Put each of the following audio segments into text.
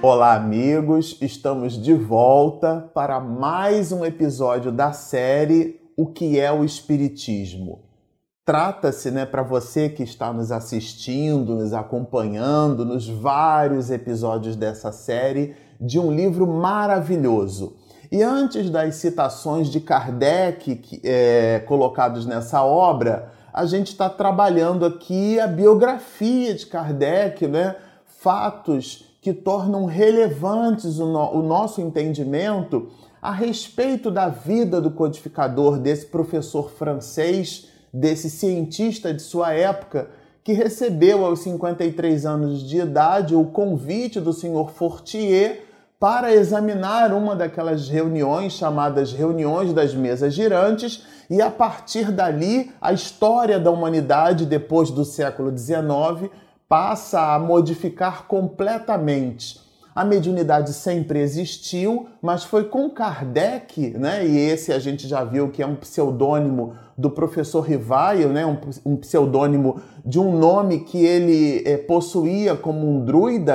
Olá, amigos! Estamos de volta para mais um episódio da série O que é o Espiritismo. Trata-se, para você que está nos assistindo, nos acompanhando nos vários episódios dessa série, de um livro maravilhoso. E antes das citações de Kardec colocados nessa obra, a gente está trabalhando aqui a biografia de Kardec, fatos que tornam relevantes o nosso entendimento a respeito da vida do codificador, desse professor francês, desse cientista de sua época, que recebeu aos 53 anos de idade o convite do Sr. Fortier para examinar uma daquelas reuniões chamadas reuniões das mesas girantes, e a partir dali a história da humanidade depois do século XIX passa a modificar completamente. A mediunidade sempre existiu, mas foi com Kardec, e esse a gente já viu que é um pseudônimo do professor Rivaio, um pseudônimo de um nome que ele possuía como um druida,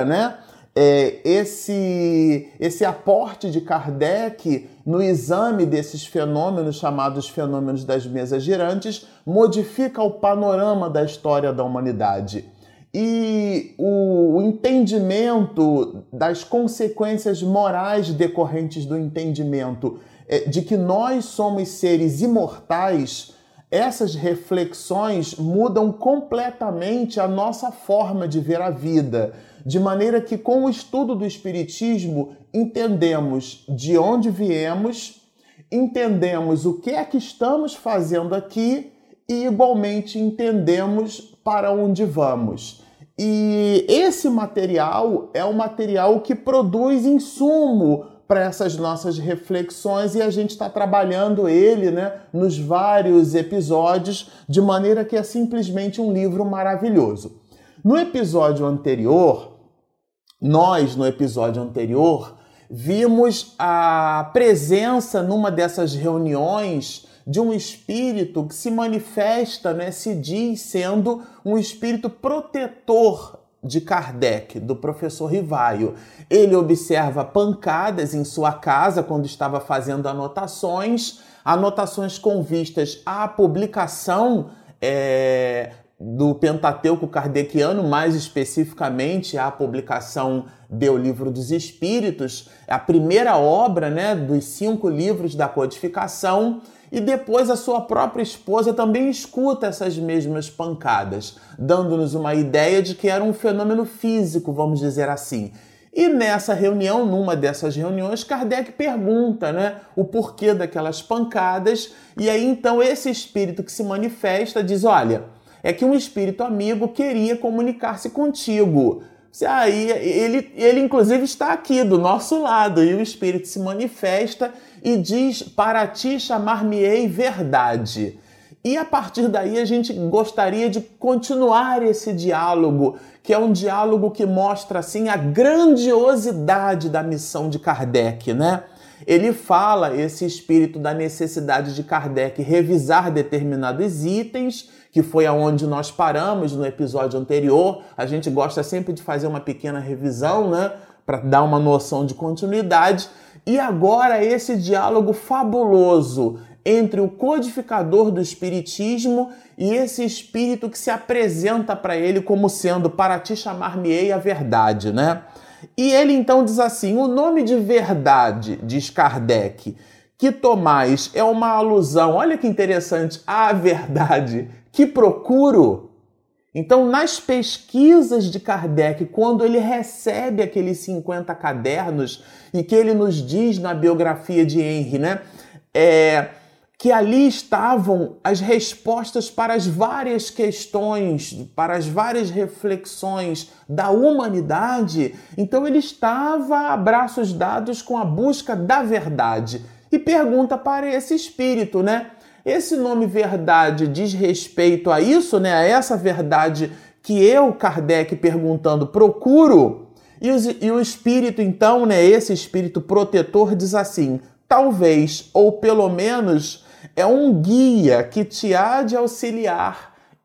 esse aporte de Kardec no exame desses fenômenos, chamados fenômenos das mesas girantes, modifica o panorama da história da humanidade. E o entendimento das consequências morais decorrentes do entendimento de que nós somos seres imortais, essas reflexões mudam completamente a nossa forma de ver a vida, de maneira que com o estudo do Espiritismo entendemos de onde viemos, entendemos o que é que estamos fazendo aqui e igualmente entendemos para onde vamos. E esse material é um material que produz insumo para essas nossas reflexões e a gente está trabalhando ele nos vários episódios, de maneira que é simplesmente um livro maravilhoso. No episódio anterior, vimos a presença numa dessas reuniões de um espírito que se manifesta, se diz sendo um espírito protetor de Kardec, do professor Rivaio. Ele observa pancadas em sua casa quando estava fazendo anotações com vistas à publicação do Pentateuco Kardeciano, mais especificamente a publicação do Livro dos Espíritos, a primeira obra dos 5 livros da codificação. E depois a sua própria esposa também escuta essas mesmas pancadas, dando-nos uma ideia de que era um fenômeno físico, vamos dizer assim. E nessa reunião, numa dessas reuniões, Kardec pergunta o porquê daquelas pancadas, e aí então esse espírito que se manifesta diz: olha, é que um espírito amigo queria comunicar-se contigo. Aí ele inclusive está aqui do nosso lado, e o espírito se manifesta e diz: para ti chamar-me-ei verdade. E a partir daí a gente gostaria de continuar esse diálogo, que é um diálogo que mostra assim a grandiosidade da missão de Kardec, Ele fala, esse espírito, da necessidade de Kardec revisar determinados itens, que foi aonde nós paramos no episódio anterior. A gente gosta sempre de fazer uma pequena revisão, para dar uma noção de continuidade. E agora esse diálogo fabuloso entre o codificador do Espiritismo e esse espírito que se apresenta para ele como sendo: para ti chamar-me-ei a verdade, E ele então diz assim: o nome de verdade, diz Kardec, que tomais é uma alusão, olha que interessante, à verdade que procuro. Então, nas pesquisas de Kardec, quando ele recebe aqueles 50 cadernos e que ele nos diz na biografia de Henry, que ali estavam as respostas para as várias questões, para as várias reflexões da humanidade, então ele estava a braços dados com a busca da verdade. E pergunta para esse espírito, Esse nome verdade diz respeito a isso, a essa verdade que eu, Kardec, perguntando, procuro? E o espírito, então, esse espírito protetor diz assim: talvez, ou pelo menos, é um guia que te há de auxiliar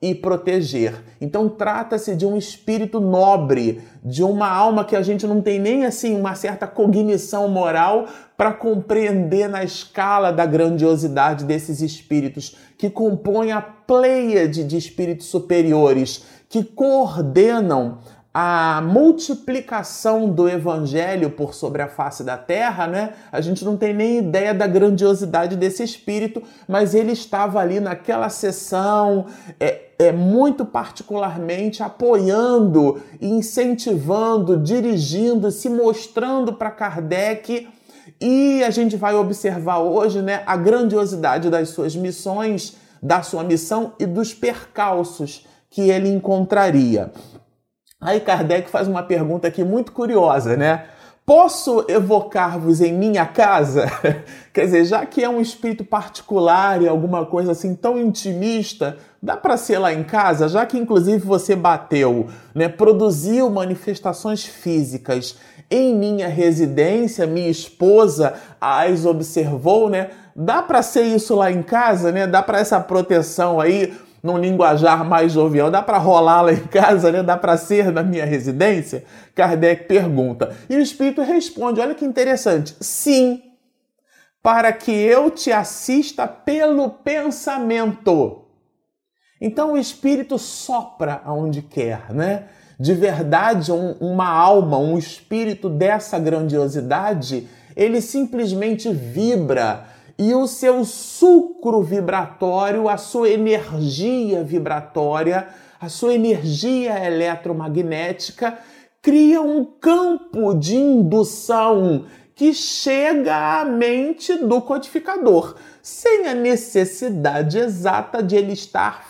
e proteger. Então trata-se de um espírito nobre, de uma alma que a gente não tem nem assim uma certa cognição moral para compreender na escala da grandiosidade desses espíritos que compõem a pleiade de espíritos superiores que coordenam a multiplicação do evangelho por sobre a face da terra, né? A gente não tem nem ideia da grandiosidade desse espírito, mas ele estava ali naquela sessão, muito particularmente apoiando, incentivando, dirigindo, se mostrando para Kardec. E a gente vai observar hoje, né, a grandiosidade das suas missões, da sua missão e dos percalços que ele encontraria. Aí Kardec faz uma pergunta aqui muito curiosa, né? Posso evocar-vos em minha casa? Quer dizer, já que é um espírito particular e alguma coisa assim tão intimista, dá para ser lá em casa? Já que inclusive você bateu, né, produziu manifestações físicas em minha residência, minha esposa as observou, né? Dá para ser isso lá em casa, né? Dá para essa proteção aí num linguajar mais jovial, dá para rolar lá em casa, né? Dá para ser na minha residência? Kardec pergunta. E o Espírito responde, olha que interessante, sim, para que eu te assista pelo pensamento. Então o Espírito sopra aonde quer, né? De verdade, uma alma, um espírito dessa grandiosidade, ele simplesmente vibra. E o seu fulcro vibratório, a sua energia vibratória, a sua energia eletromagnética cria um campo de indução que chega à mente do codificador, sem a necessidade exata de ele estar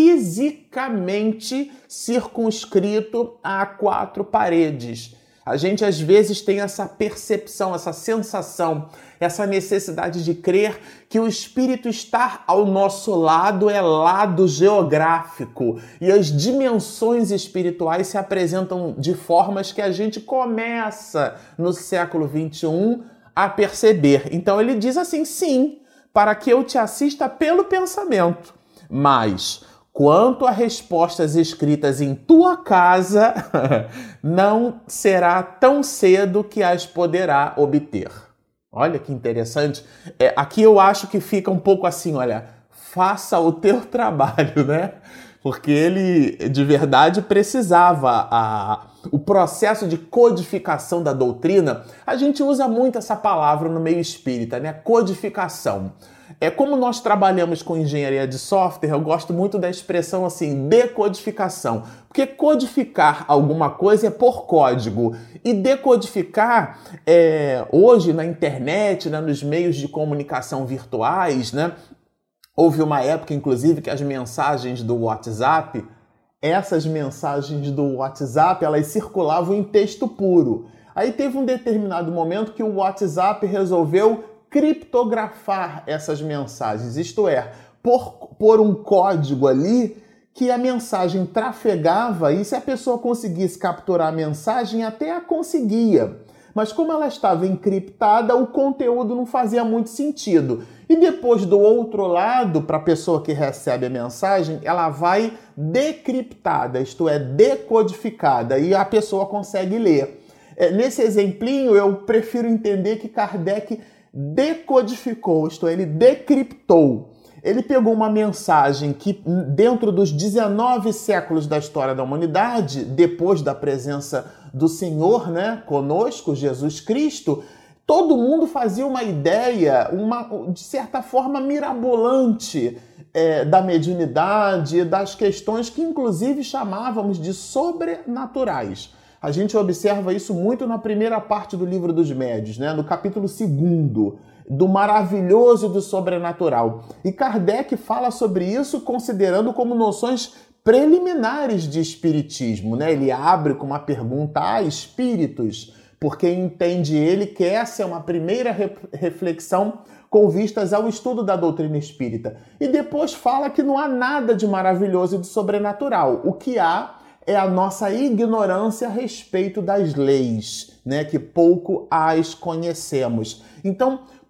fisicamente circunscrito a quatro paredes. A gente às vezes tem essa percepção, essa sensação, essa necessidade de crer que o Espírito estar ao nosso lado é lado geográfico e as dimensões espirituais se apresentam de formas que a gente começa no século XXI a perceber. Então ele diz assim, sim, para que eu te assista pelo pensamento, mas quanto a respostas escritas em tua casa, não será tão cedo que as poderá obter. Olha que interessante. Aqui eu acho que fica um pouco assim, olha, faça o teu trabalho, né? Porque ele, de verdade, precisava. O processo de codificação da doutrina, a gente usa muito essa palavra no meio espírita, né? Codificação. Como nós trabalhamos com engenharia de software, eu gosto muito da expressão assim, decodificação. Porque codificar alguma coisa é por código. E decodificar, hoje na internet, né, nos meios de comunicação virtuais, né, houve uma época, inclusive, que as mensagens do WhatsApp, essas mensagens do WhatsApp, elas circulavam em texto puro. Aí teve um determinado momento que o WhatsApp resolveu criptografar essas mensagens, isto é, por um código ali que a mensagem trafegava e se a pessoa conseguisse capturar a mensagem, até a conseguia. Mas como ela estava encriptada, o conteúdo não fazia muito sentido. E depois, do outro lado, para a pessoa que recebe a mensagem, ela vai decriptada, isto é, decodificada, e a pessoa consegue ler. Nesse exemplinho, eu prefiro entender que Kardec decodificou, isto é, ele decriptou. Ele pegou uma mensagem que, dentro dos 19 séculos da história da humanidade, depois da presença do Senhor, né, conosco, Jesus Cristo, todo mundo fazia uma ideia, de certa forma, mirabolante da mediunidade, das questões que, inclusive, chamávamos de sobrenaturais. A gente observa isso muito na primeira parte do Livro dos Médiuns, né? No capítulo 2, do maravilhoso e do sobrenatural. E Kardec fala sobre isso considerando como noções preliminares de espiritismo, né? Ele abre com uma pergunta a espíritos, porque entende ele que essa é uma primeira reflexão com vistas ao estudo da doutrina espírita. E depois fala que não há nada de maravilhoso e de sobrenatural. O que há é a nossa ignorância a respeito das leis, né? Que pouco as conhecemos. Então,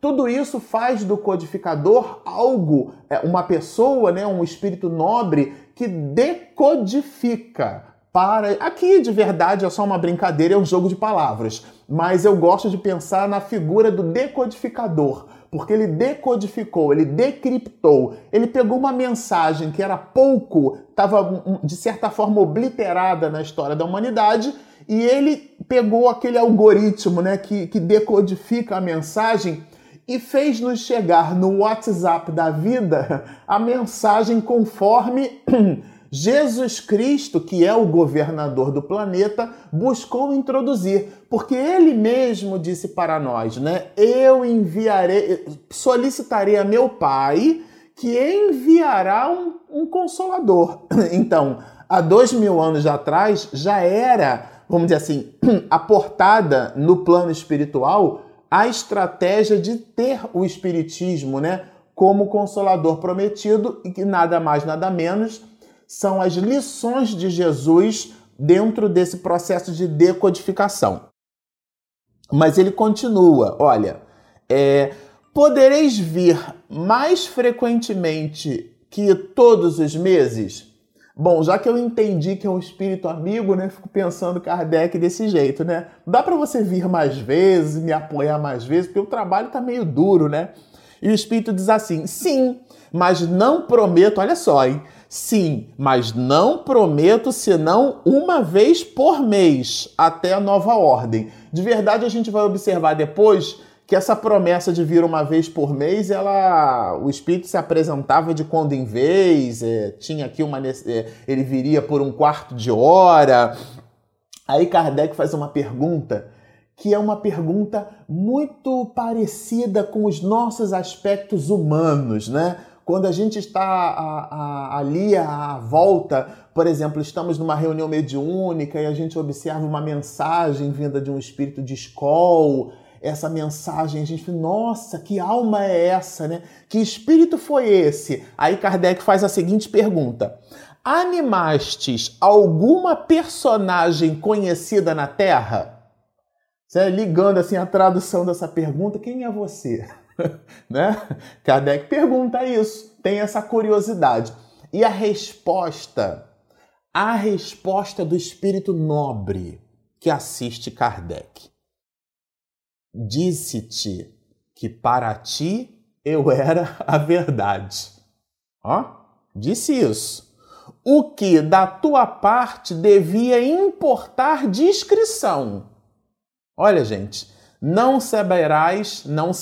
Tudo isso faz do codificador algo, uma pessoa, né, um espírito nobre que decodifica. Aqui, de verdade, é só uma brincadeira, é um jogo de palavras. Mas eu gosto de pensar na figura do decodificador, porque ele decodificou, ele decriptou, ele pegou uma mensagem que era pouco, estava de certa forma obliterada na história da humanidade, e ele pegou aquele algoritmo, né, que decodifica a mensagem e fez-nos chegar no WhatsApp da vida a mensagem conforme Jesus Cristo, que é o governador do planeta, buscou introduzir, porque ele mesmo disse para nós, né? Eu solicitarei a meu Pai que enviará um consolador. Então, há 2000 anos atrás, já era, vamos dizer assim, aportada no plano espiritual a estratégia de ter o Espiritismo, né, como consolador prometido, e que nada mais, nada menos são as lições de Jesus dentro desse processo de decodificação. Mas ele continua, olha, podereis vir mais frequentemente que todos os meses? Bom, já que eu entendi que é um espírito amigo, né, fico pensando Kardec desse jeito, né? Dá para você vir mais vezes, me apoiar mais vezes, porque o trabalho tá meio duro, né? E o espírito diz assim, sim, mas não prometo, olha só, hein? Sim, mas não prometo senão uma vez por mês, até a nova ordem. De verdade, a gente vai observar depois que essa promessa de vir uma vez por mês, o espírito se apresentava de quando em vez, tinha aqui ele viria por um quarto de hora. Aí Kardec faz uma pergunta, que é uma pergunta muito parecida com os nossos aspectos humanos, né? Quando a gente está ali à volta, por exemplo, estamos numa reunião mediúnica e a gente observa uma mensagem vinda de um espírito de escol, essa mensagem, a gente fala, nossa, que alma é essa, né? Que espírito foi esse? Aí Kardec faz a seguinte pergunta, animastes alguma personagem conhecida na Terra? Ligando assim a tradução dessa pergunta, quem é você? Né? Kardec pergunta isso, tem essa curiosidade. E a resposta do espírito nobre que assiste Kardec. Disse-te que para ti eu era a verdade. Ó, disse isso. O que da tua parte devia importar discrição. Olha, gente, não saberás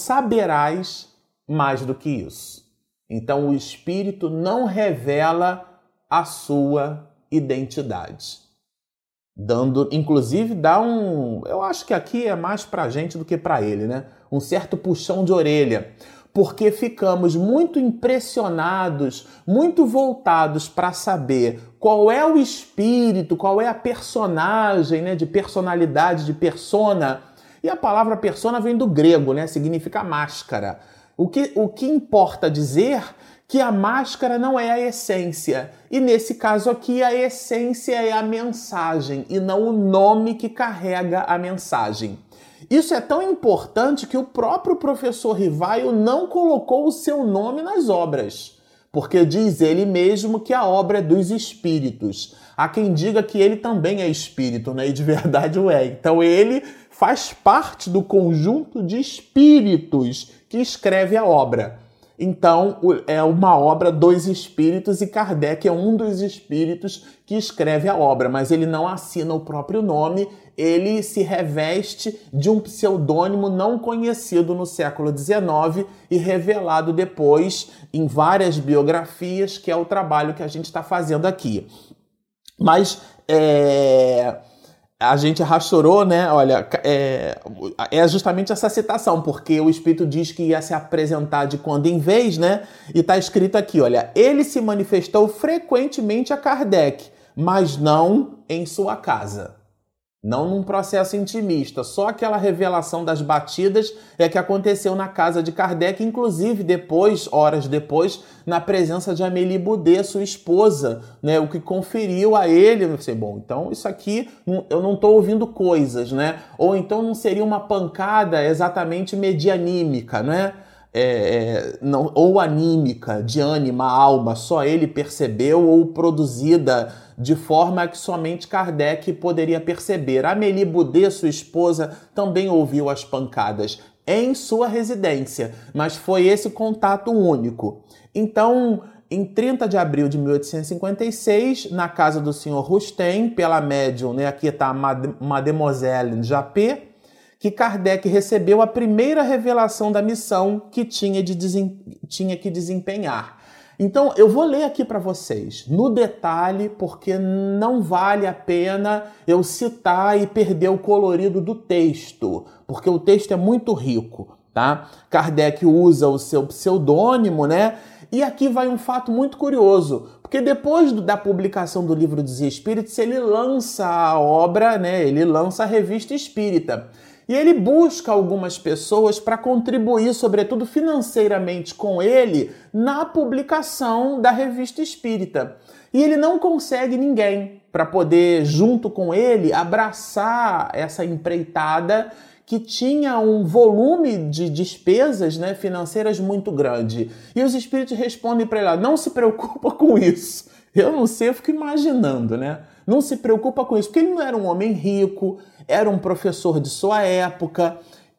mais do que isso. Então o Espírito não revela a sua identidade. Inclusive, eu acho que aqui é mais pra gente do que pra ele, né? Um certo puxão de orelha. Porque ficamos muito impressionados, muito voltados para saber qual é o espírito, qual é a personagem, né? De personalidade, de persona. E a palavra persona vem do grego, né? Significa máscara. O que importa dizer que a máscara não é a essência. E nesse caso aqui, a essência é a mensagem e não o nome que carrega a mensagem. Isso é tão importante que o próprio professor Rivaio não colocou o seu nome nas obras, porque diz ele mesmo que a obra é dos espíritos. Há quem diga que ele também é espírito, né? E de verdade o é. Então ele faz parte do conjunto de espíritos que escreve a obra. Então, é uma obra dos espíritos e Kardec é um dos espíritos que escreve a obra, mas ele não assina o próprio nome, ele se reveste de um pseudônimo não conhecido no século XIX e revelado depois em várias biografias, que é o trabalho que a gente está fazendo aqui. Mas a gente rachorou, né? Olha, é justamente essa citação, porque o Espírito diz que ia se apresentar de quando em vez, né? E está escrito aqui, olha, ele se manifestou frequentemente a Kardec, mas não em sua casa. não num processo intimista. Só aquela revelação das batidas é que aconteceu na casa de Kardec, inclusive depois, horas depois, na presença de Amélie Boudet, sua esposa, né? O que conferiu a ele, eu pensei, bom, então isso aqui eu não estou ouvindo coisas, né? Ou então não seria uma pancada exatamente medianímica, né? Não, ou anímica, de ânima, alma, só ele percebeu, ou produzida de forma que somente Kardec poderia perceber. Amélie Boudet, sua esposa, também ouviu as pancadas em sua residência, mas foi esse contato único. Então, em 30 de abril de 1856, na casa do Sr. Rustem, pela médium, né, aqui está a Mademoiselle Japet, que Kardec recebeu a primeira revelação da missão que tinha que desempenhar. Então, eu vou ler aqui para vocês, no detalhe, porque não vale a pena eu citar e perder o colorido do texto, porque o texto é muito rico, tá? Kardec usa o seu pseudônimo, né? E aqui vai um fato muito curioso, porque depois da publicação do Livro dos Espíritos, ele lança a obra, né? Ele lança a Revista Espírita. E ele busca algumas pessoas para contribuir, sobretudo financeiramente, com ele na publicação da Revista Espírita. E ele não consegue ninguém para poder, junto com ele, abraçar essa empreitada que tinha um volume de despesas, né, financeiras muito grande. E os espíritos respondem para ele, não se preocupa com isso. Eu não sei, eu fico imaginando, né? Não se preocupa com isso, porque ele não era um homem rico, era um professor de sua época,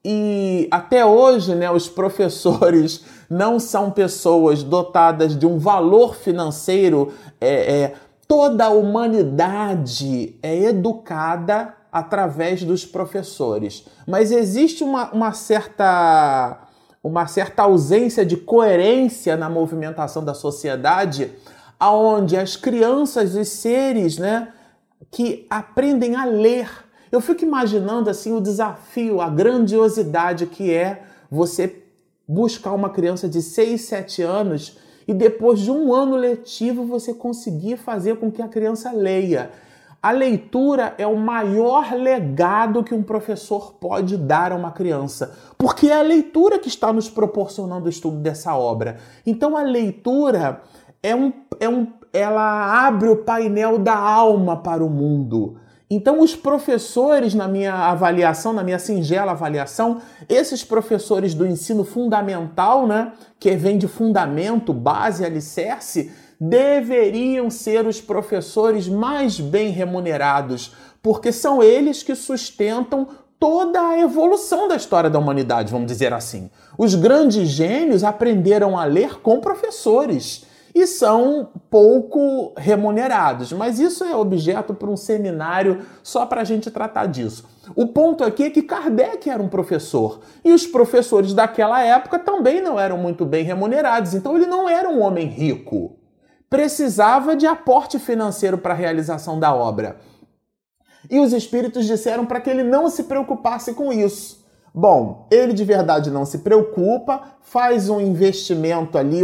e até hoje, né, os professores não são pessoas dotadas de um valor financeiro. Toda a humanidade é educada através dos professores, mas existe uma certa ausência de coerência na movimentação da sociedade, aonde as crianças, os seres, né, que aprendem a ler. Eu fico imaginando assim o desafio, a grandiosidade que é você buscar uma criança de 6, 7 anos e depois de um ano letivo você conseguir fazer com que a criança leia. A leitura é o maior legado que um professor pode dar a uma criança, porque é a leitura que está nos proporcionando o estudo dessa obra. Então a leitura ela abre o painel da alma para o mundo. Então os professores, na minha avaliação, na minha singela avaliação, esses professores do ensino fundamental, né, que vem de fundamento, base, alicerce, deveriam ser os professores mais bem remunerados, porque são eles que sustentam toda a evolução da história da humanidade, vamos dizer assim. Os grandes gênios aprenderam a ler com professores e são pouco remunerados, mas isso é objeto para um seminário só para a gente tratar disso. O ponto aqui é que Kardec era um professor, e os professores daquela época também não eram muito bem remunerados, então ele não era um homem rico. Precisava de aporte financeiro para a realização da obra. E os espíritos disseram para que ele não se preocupasse com isso. Bom, ele de verdade não se preocupa, faz um investimento ali,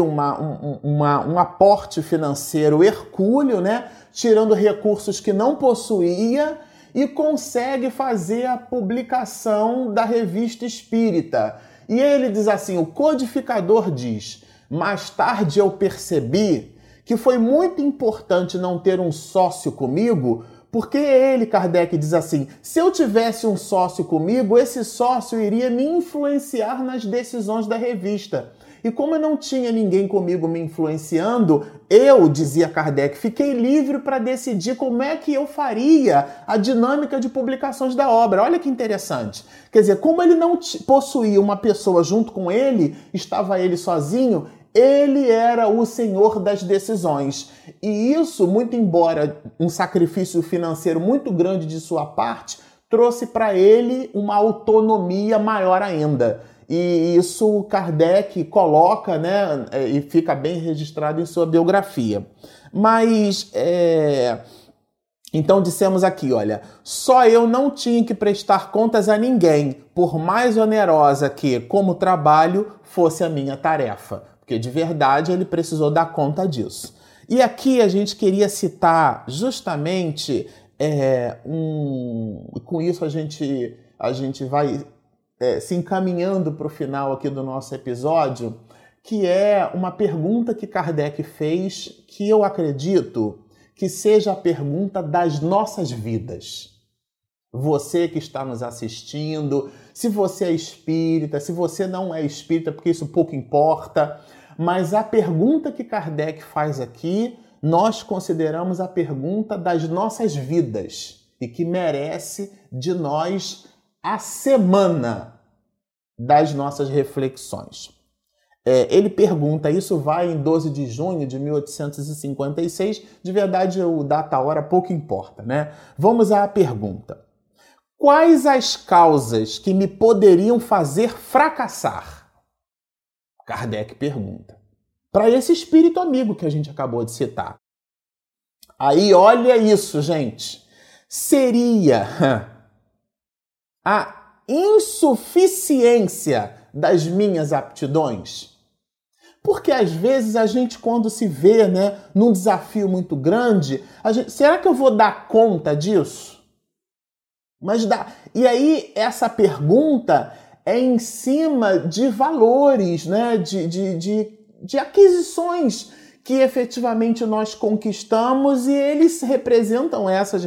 um aporte financeiro hercúleo, né? Tirando recursos que não possuía, e consegue fazer a publicação da Revista Espírita. E ele diz assim, o codificador diz, mais tarde eu percebi que foi muito importante não ter um sócio comigo, porque ele, Kardec, diz assim, se eu tivesse um sócio comigo, esse sócio iria me influenciar nas decisões da revista. E como eu não tinha ninguém comigo me influenciando, eu, dizia Kardec, fiquei livre para decidir como é que eu faria a dinâmica de publicações da obra. Olha que interessante. Quer dizer, como ele não possuía uma pessoa junto com ele, estava ele sozinho, ele era o senhor das decisões. E isso, muito embora um sacrifício financeiro muito grande de sua parte, trouxe para ele uma autonomia maior ainda. E isso Kardec coloca, né, e fica bem registrado em sua biografia. Mas, então dissemos aqui, olha, só eu não tinha que prestar contas a ninguém, por mais onerosa que, como trabalho, fosse a minha tarefa. Porque de verdade ele precisou dar conta disso. E aqui a gente queria citar justamente Com isso a gente vai se encaminhando para o final aqui do nosso episódio, que é uma pergunta que Kardec fez, que eu acredito que seja a pergunta das nossas vidas. Você que está nos assistindo, se você é espírita, se você não é espírita, porque isso pouco importa, mas a pergunta que Kardec faz aqui, nós consideramos a pergunta das nossas vidas e que merece de nós a semana das nossas reflexões. Ele pergunta, isso vai em 12 de junho de 1856, de verdade o data, a hora pouco importa, né? Vamos à pergunta. Quais as causas que me poderiam fazer fracassar? Kardec pergunta. Para esse espírito amigo que a gente acabou de citar. Aí, olha isso, gente. Seria a insuficiência das minhas aptidões? Porque às vezes a gente, quando se vê, né, num desafio muito grande, será que eu vou dar conta disso? E aí, essa pergunta é em cima de valores, né, de aquisições que efetivamente nós conquistamos, e eles representam essas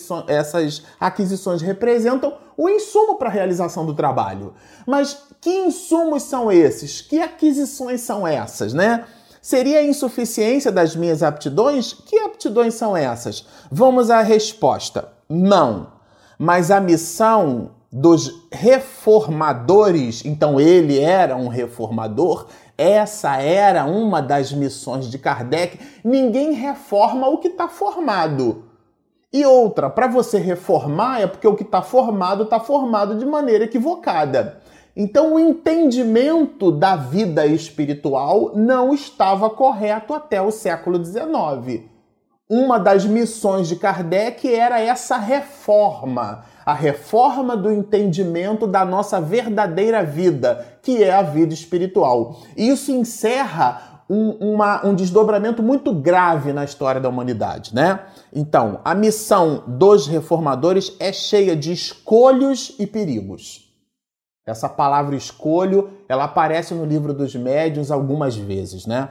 aquisições representam o insumo para a realização do trabalho. Mas que insumos são esses? Que aquisições são essas, né? Seria a insuficiência das minhas aptidões? Que aptidões são essas? Vamos à resposta. Não. Mas a missão dos reformadores, então ele era um reformador, essa era uma das missões de Kardec. Ninguém reforma o que está formado. E outra, para você reformar é porque o que está formado de maneira equivocada. Então o entendimento da vida espiritual não estava correto até o século XIX. Uma das missões de Kardec era essa reforma, a reforma do entendimento da nossa verdadeira vida, que é a vida espiritual. E isso encerra um desdobramento muito grave na história da humanidade, né? Então, a missão dos reformadores é cheia de escolhos e perigos. Essa palavra escolho, ela aparece no Livro dos Médiuns algumas vezes, né?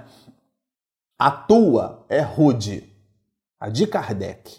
A tua é rude, a de Kardec.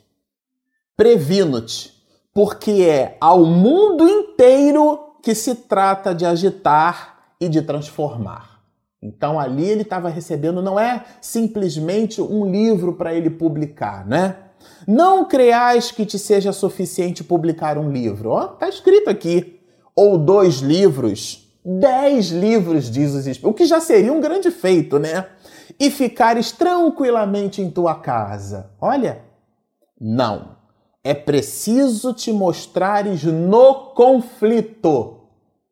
Previno-te, porque é ao mundo inteiro que se trata de agitar e de transformar. Então ali ele estava recebendo, não é simplesmente um livro para ele publicar, né? Não creais que te seja suficiente publicar um livro. Ó, tá escrito aqui. Ou 2 livros, 10 livros, diz os Espíritos, o que já seria um grande feito, né? E ficares tranquilamente em tua casa. Olha, não. É preciso te mostrares no conflito.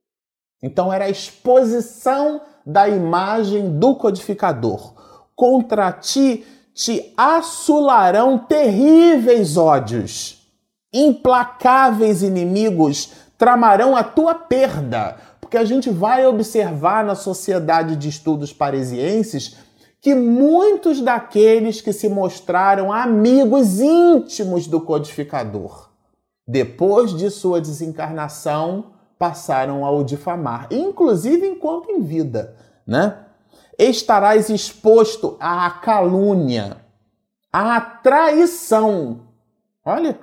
Então era a exposição da imagem do codificador. Contra ti te assolarão terríveis ódios. Implacáveis inimigos tramarão a tua perda. Porque a gente vai observar na Sociedade de Estudos Parisienses que muitos daqueles que se mostraram amigos íntimos do codificador, depois de sua desencarnação, passaram a o difamar, inclusive enquanto em vida, né? Estarás exposto à calúnia, à traição, olha,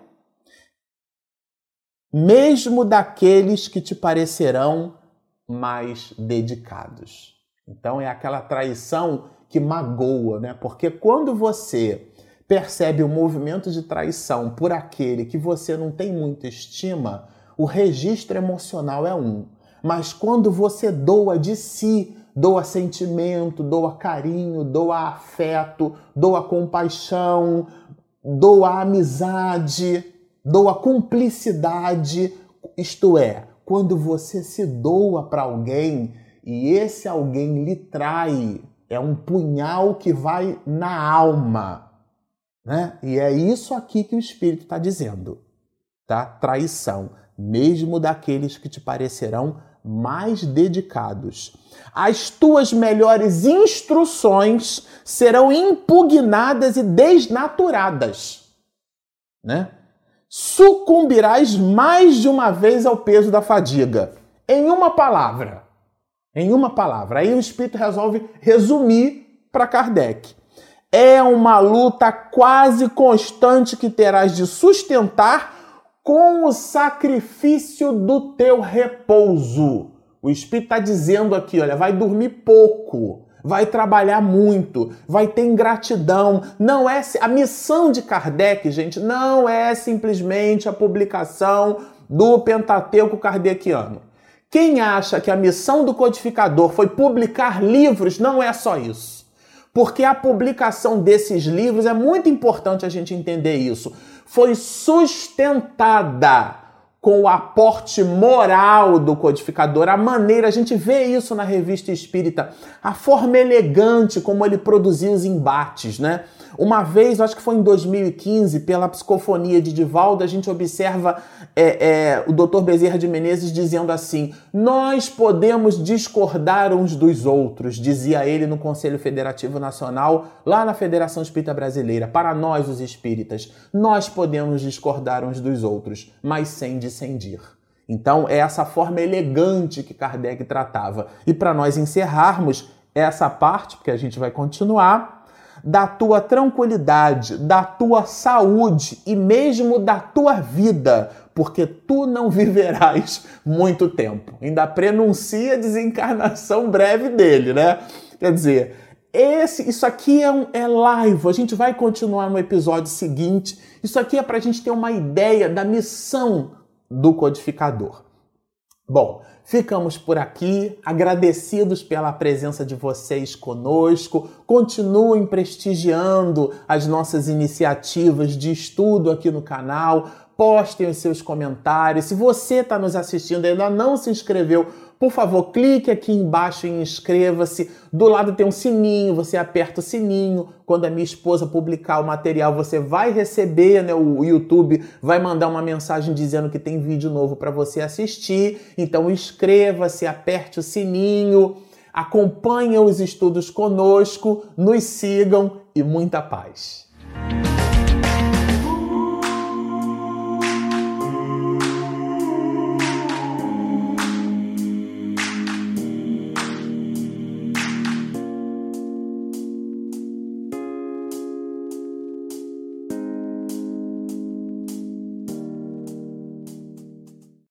mesmo daqueles que te parecerão mais dedicados. Então é aquela traição que magoa, né? Porque quando você percebe o movimento de traição por aquele que você não tem muita estima, o registro emocional é um. Mas quando você doa de si, doa sentimento, doa carinho, doa afeto, doa compaixão, doa amizade, doa cumplicidade, isto é, quando você se doa para alguém e esse alguém lhe trai, é um punhal que vai na alma, né? E é isso aqui que o Espírito está dizendo, tá? Traição, mesmo daqueles que te parecerão mais dedicados. As tuas melhores instruções serão impugnadas e desnaturadas, né? sucumbirás mais de uma vez ao peso da fadiga. Em uma palavra. Em uma palavra. Aí o Espírito resolve resumir para Kardec. É uma luta quase constante que terás de sustentar com o sacrifício do teu repouso. O Espírito está dizendo aqui, olha, vai dormir pouco, vai trabalhar muito, vai ter ingratidão. Não é a missão de Kardec, gente, não é simplesmente a publicação do Pentateuco kardeciano. Quem acha que a missão do codificador foi publicar livros, não é só isso. Porque a publicação desses livros, é muito importante a gente entender isso, foi sustentada com o aporte moral do codificador, a maneira, a gente vê isso na Revista Espírita, a forma elegante como ele produziu os embates, né? Uma vez, acho que foi em 2015, pela Psicofonia de Divaldo, a gente observa o Dr. Bezerra de Menezes dizendo assim: nós podemos discordar uns dos outros, dizia ele no Conselho Federativo Nacional, lá na Federação Espírita Brasileira. Para nós, os espíritas, nós podemos discordar uns dos outros, mas sem dissendir. Então, é essa forma elegante que Kardec tratava. E para nós encerrarmos essa parte, porque a gente vai continuar, da tua tranquilidade, da tua saúde e mesmo da tua vida, porque tu não viverás muito tempo. Ainda prenuncia a desencarnação breve dele, né? Quer dizer, isso aqui é live, a gente vai continuar no episódio seguinte. Isso aqui é para a gente ter uma ideia da missão do codificador. Bom, ficamos por aqui, agradecidos pela presença de vocês conosco. Continuem prestigiando as nossas iniciativas de estudo aqui no canal. Postem os seus comentários. Se você está nos assistindo e ainda não se inscreveu, por favor, clique aqui embaixo e inscreva-se. Do lado tem um sininho, você aperta o sininho. Quando a minha esposa publicar o material, você vai receber, né? O YouTube vai mandar uma mensagem dizendo que tem vídeo novo para você assistir. Então inscreva-se, aperte o sininho, acompanhe os estudos conosco, nos sigam e muita paz.